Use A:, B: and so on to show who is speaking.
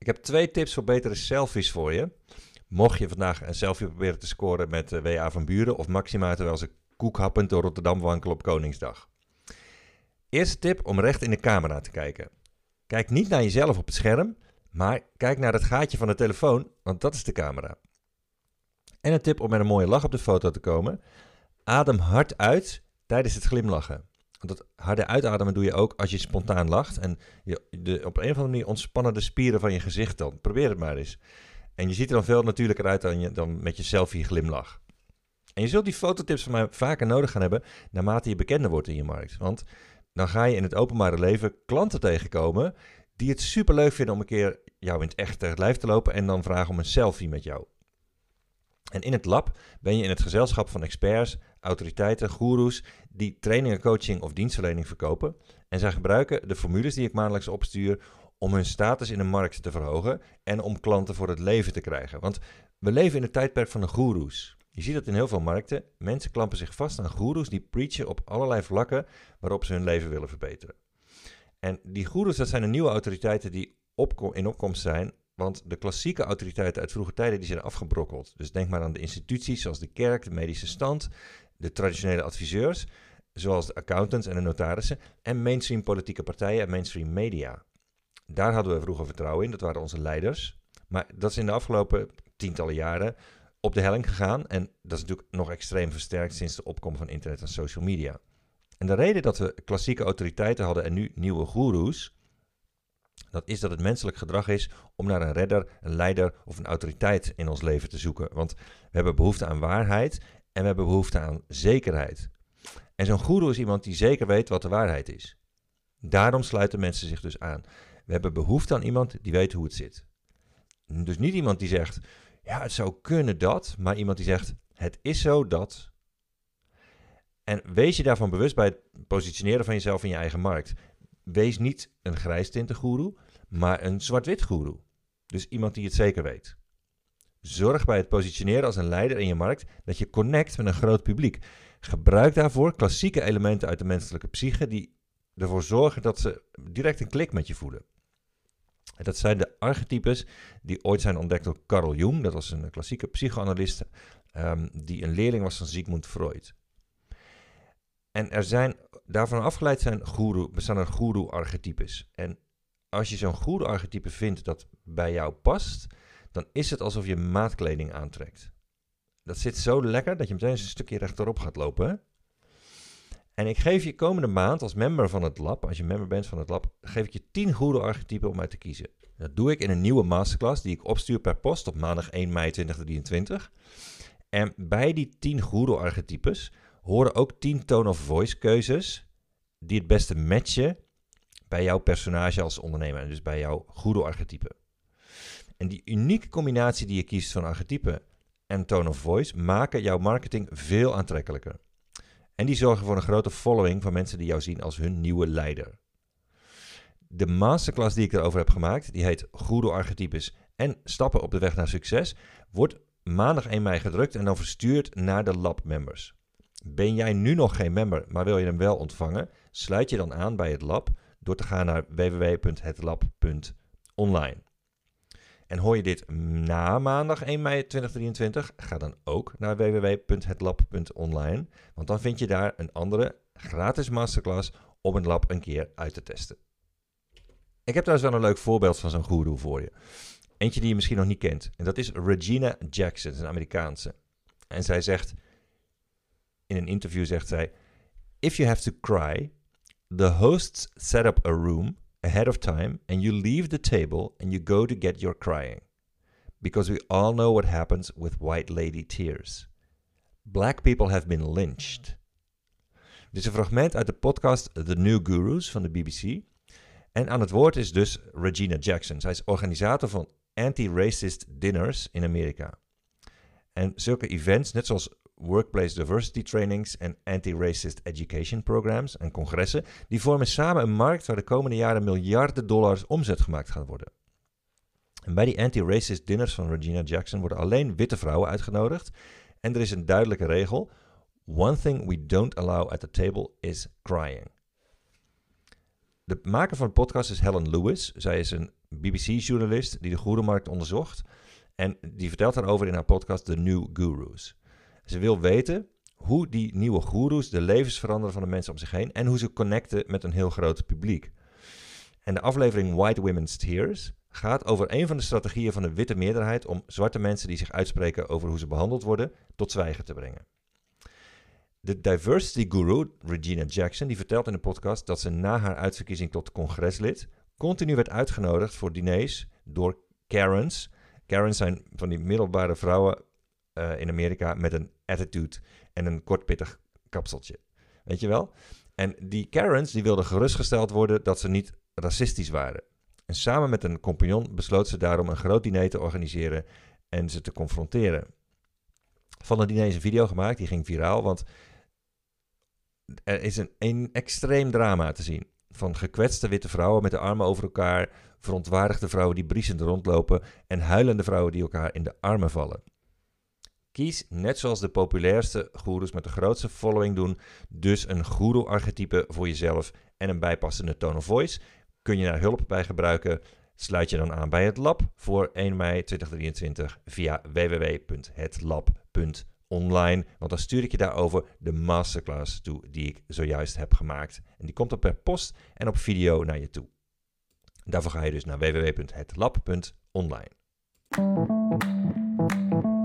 A: Ik heb 2 tips voor betere selfies voor je. Mocht je vandaag een selfie proberen te scoren met W.A. van Buren of Maxima terwijl ze koekhappend door Rotterdam wankelen op Koningsdag. Eerste tip om recht in de camera te kijken. Kijk niet naar jezelf op het scherm, maar kijk naar het gaatje van de telefoon, want dat is de camera. En een tip om met een mooie lach op de foto te komen. Adem hard uit tijdens het glimlachen. Want dat harde uitademen doe je ook als je spontaan lacht. En op een of andere manier ontspannen de spieren van je gezicht dan. Probeer het maar eens. En je ziet er dan veel natuurlijker uit dan met je selfie glimlach. En je zult die fototips van mij vaker nodig gaan hebben naarmate je bekender wordt in je markt. Want dan ga je in het openbare leven klanten tegenkomen die het superleuk vinden om een keer jou in het echt tegen het lijf te lopen en dan vragen om een selfie met jou. En in het lab ben je in het gezelschap van experts, autoriteiten, goeroes die trainingen, coaching of dienstverlening verkopen. En zij gebruiken de formules die ik maandelijks opstuur om hun status in de markt te verhogen en om klanten voor het leven te krijgen. Want we leven in het tijdperk van de goeroes. Je ziet dat in heel veel markten. Mensen klampen zich vast aan goeroes die preachen op allerlei vlakken waarop ze hun leven willen verbeteren. En die goeroes, dat zijn de nieuwe autoriteiten die in opkomst zijn. Want de klassieke autoriteiten uit vroege tijden die zijn afgebrokkeld. Dus denk maar aan de instituties zoals de kerk, de medische stand, de traditionele adviseurs, zoals de accountants en de notarissen, en mainstream politieke partijen en mainstream media. Daar hadden we vroeger vertrouwen in, dat waren onze leiders. Maar dat is in de afgelopen tientallen jaren op de helling gegaan. En dat is natuurlijk nog extreem versterkt sinds de opkomst van internet en social media. En de reden dat we klassieke autoriteiten hadden en nu nieuwe goeroes, dat is dat het menselijk gedrag is om naar een redder, een leider of een autoriteit in ons leven te zoeken. Want we hebben behoefte aan waarheid en we hebben behoefte aan zekerheid. En zo'n goeroe is iemand die zeker weet wat de waarheid is. Daarom sluiten mensen zich dus aan. We hebben behoefte aan iemand die weet hoe het zit. Dus niet iemand die zegt, ja, het zou kunnen dat, maar iemand die zegt, het is zo dat. En wees je daarvan bewust bij het positioneren van jezelf in je eigen markt. Wees niet een grijstinte goeroe, maar een zwart-wit goeroe. Dus iemand die het zeker weet. Zorg bij het positioneren als een leider in je markt dat je connect met een groot publiek. Gebruik daarvoor klassieke elementen uit de menselijke psyche die ervoor zorgen dat ze direct een klik met je voelen. En dat zijn de archetypes die ooit zijn ontdekt door Carl Jung. Dat was een klassieke psychoanalist die een leerling was van Sigmund Freud. En daarvan afgeleid bestaan er goeroe-archetypes. En als je zo'n goeroe-archetype vindt dat bij jou past, dan is het alsof je maatkleding aantrekt. Dat zit zo lekker dat je meteen een stukje rechterop gaat lopen. Hè? En ik geef je komende maand als member van het lab, als je member bent van het lab, geef ik je 10 goeroe-archetypen om uit te kiezen. Dat doe ik in een nieuwe masterclass die ik opstuur per post op maandag 1 mei 2023. En bij die 10 goeroe-archetypes horen ook 10 tone of voice keuzes die het beste matchen bij jouw personage als ondernemer. En dus bij jouw goeroe-archetype. En die unieke combinatie die je kiest van archetype en tone of voice maken jouw marketing veel aantrekkelijker. En die zorgen voor een grote following van mensen die jou zien als hun nieuwe leider. De masterclass die ik erover heb gemaakt, die heet Goeroe-archetypes en stappen op de weg naar succes, wordt maandag 1 mei gedrukt en dan verstuurd naar de lab-members. Ben jij nu nog geen member, maar wil je hem wel ontvangen? Sluit je dan aan bij het lab door te gaan naar www.hetlab.online. En hoor je dit na maandag 1 mei 2023, ga dan ook naar www.hetlab.online, want dan vind je daar een andere gratis masterclass om het lab een keer uit te testen. Ik heb trouwens wel een leuk voorbeeld van zo'n goeroe voor je. Eentje die je misschien nog niet kent. En dat is Regina Jackson, een Amerikaanse. En zij zegt, in een interview zegt zij, if you have to cry, the hosts set up a room ahead of time and you leave the table and you go to get your crying. Because we all know what happens with white lady tears. Black people have been lynched. Dit is een fragment uit de podcast The New Gurus van de BBC. En aan het woord is dus Regina Jackson. Zij is organisator van anti-racist dinners in Amerika. En zulke events, net zoals workplace diversity trainings en anti-racist education programs en congressen, die vormen samen een markt waar de komende jaren miljarden dollars omzet gemaakt gaat worden. En bij die anti-racist dinners van Regina Jackson worden alleen witte vrouwen uitgenodigd. En er is een duidelijke regel. One thing we don't allow at the table is crying. De maker van de podcast is Helen Lewis. Zij is een BBC-journalist die de goeroemarkt onderzocht. En die vertelt daarover in haar podcast The New Gurus. Ze wil weten hoe die nieuwe goeroes de levens veranderen van de mensen om zich heen en hoe ze connecten met een heel groot publiek. En de aflevering White Women's Tears gaat over een van de strategieën van de witte meerderheid om zwarte mensen die zich uitspreken over hoe ze behandeld worden, tot zwijgen te brengen. De diversity guru, Regina Jackson, die vertelt in de podcast dat ze na haar uitverkiezing tot congreslid continu werd uitgenodigd voor diners door Karens. Karens zijn van die middelbare vrouwen in Amerika met een attitude en een kortpittig kapseltje. Weet je wel? En die Karens die wilden gerustgesteld worden dat ze niet racistisch waren. En samen met een compagnon besloot ze daarom een groot diner te organiseren en ze te confronteren. Van het diner is een video gemaakt, die ging viraal, want er is een extreem drama te zien. Van gekwetste witte vrouwen met de armen over elkaar, verontwaardigde vrouwen die briesend rondlopen en huilende vrouwen die elkaar in de armen vallen. Kies, net zoals de populairste goeroes met de grootste following doen, dus een goeroe-archetype voor jezelf en een bijpassende tone of voice. Kun je daar hulp bij gebruiken? Sluit je dan aan bij het lab voor 1 mei 2023 via www.hetlab.online. Want dan stuur ik je daarover de masterclass toe die ik zojuist heb gemaakt. En die komt dan per post en op video naar je toe. Daarvoor ga je dus naar www.hetlab.online.